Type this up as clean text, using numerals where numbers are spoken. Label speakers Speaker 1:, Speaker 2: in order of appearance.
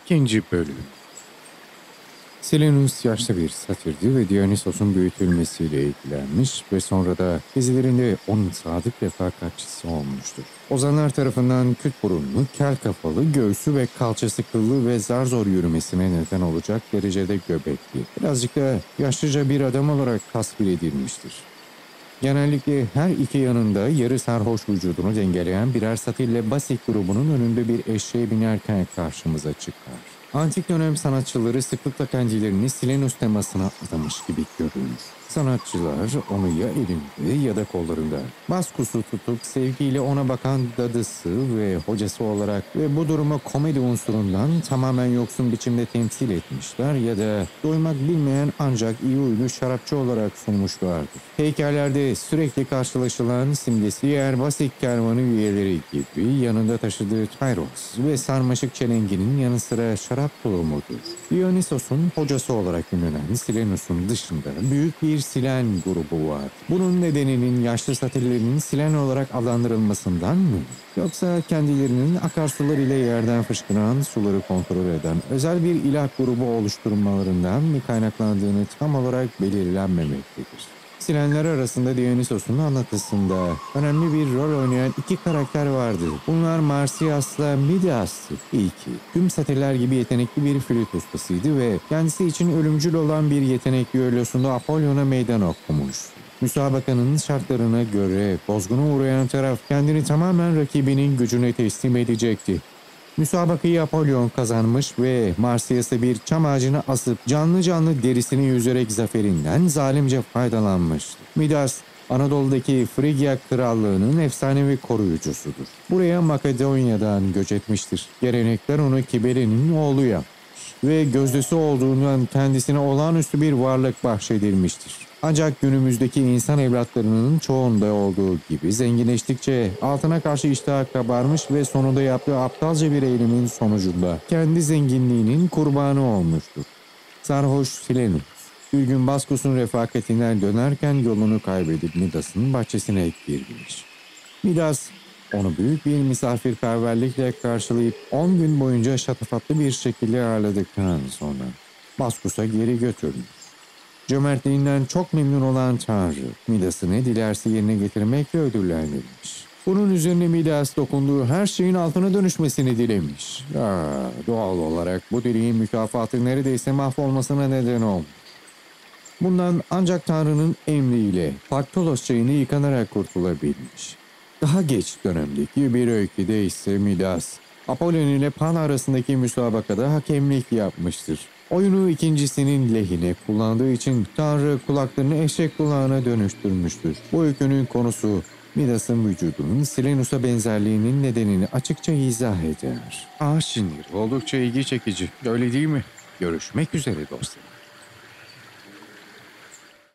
Speaker 1: İkinci bölüm. Silenus yaşlı bir satirdi ve Dionysos'un büyütülmesiyle ilgilenmiş ve sonra da gezilerinde onun sadık refakatçisi olmuştur. Ozanlar tarafından küt burunlu, kel kafalı, göğsü ve kalçası kıllı ve zar zor yürümesine neden olacak derecede göbekli. Birazcık da yaşlıca bir adam olarak tasvir edilmiştir. Genellikle her iki yanında yarı sarhoş vücudunu dengeleyen birer satille Basik grubunun önünde bir eşeğe binerken karşımıza çıkar. Antik dönem sanatçıları sıklıkla kendilerini Silenus temasına adamış gibi görünür. Sanatçılar onu ya elinde ya da kollarında baskusu tutup sevgiyle ona bakan dadısı ve hocası olarak ve bu durumu komedi unsurundan tamamen yoksun biçimde temsil etmişler ya da doymak bilmeyen ancak iyi huylu şarapçı olarak sunmuşlardır. Heykellerde sürekli karşılaşılan simgesi Basik kervanı üyeleri gibi yanında taşıdığı Tyros ve sarmaşık çelenginin yanı sıra şarap tulumudur. Dionysos'un hocası olarak ünlenen Silenus'un dışında büyük bir Silen grubu var. Bunun nedeninin yaşlı satirlerinin Silen olarak adlandırılmasından mı? Yoksa kendilerinin akarsular ile yerden fışkıran suları kontrol eden özel bir ilah grubu oluşturmalarından mı kaynaklandığını tam olarak belirlenmemektedir. Silenler arasında Dionysos'un anlatısında önemli bir rol oynayan iki karakter vardı. Bunlar Marsyas'la Midas'tı. İlki, tüm satirler gibi yetenekli bir flüt ustasıydı ve kendisi için ölümcül olan bir yetenek düellosunda Apollon'a meydan okumuş. Müsabakanın şartlarına göre bozguna uğrayan taraf kendini tamamen rakibinin gücüne teslim edecekti. Müsabakayı Apollon kazanmış ve Marsyas'ı bir çam ağacına asıp canlı canlı derisini yüzerek zaferinden zalimce faydalanmıştı. Midas, Anadolu'daki Frigya krallığının efsanevi koruyucusudur. Buraya Makedonya'dan göç etmiştir. Gelenekler onu Kibele'nin oğlu yapmış ve gözdesi olduğundan kendisine olağanüstü bir varlık bahşedilmiştir. Ancak günümüzdeki insan evlatlarının çoğunda olduğu gibi zenginleştikçe altına karşı iştahı kabarmış ve sonunda yaptığı aptalca bir eylemin sonucunda kendi zenginliğinin kurbanı olmuştur. Sarhoş Silenus, bir gün Baskus'un refakatinden dönerken yolunu kaybedip Midas'ın bahçesine girmiş. Midas, onu büyük bir misafirperverlikle karşılayıp 10 gün boyunca şatafatlı bir şekilde ağırladıktan sonra Baskus'a geri götürmüş. Cömertliğinden çok memnun olan Tanrı, Midas'ı ne dilerse yerine getirmekle ödüllendirmiş. Bunun üzerine Midas dokunduğu her şeyin altına dönüşmesini dilemiş. Doğal olarak bu dileğin mükafatı neredeyse mahvolmasına neden olmuş. Bundan ancak Tanrı'nın emriyle Paktolos çayını yıkanarak kurtulabilmiş. Daha geç dönemdeki bir öyküde ise Midas, Apollon ile Pan arasındaki müsabakada hakemlik yapmıştır. Oyunu ikincisinin lehine kullandığı için Tanrı kulaklarını eşek kulağına dönüştürmüştür. Bu öykünün konusu Midas'ın vücudunun Silenus'a benzerliğinin nedenini açıkça izah eder. Şimdi oldukça ilgi çekici, öyle değil mi? Görüşmek üzere dostlar.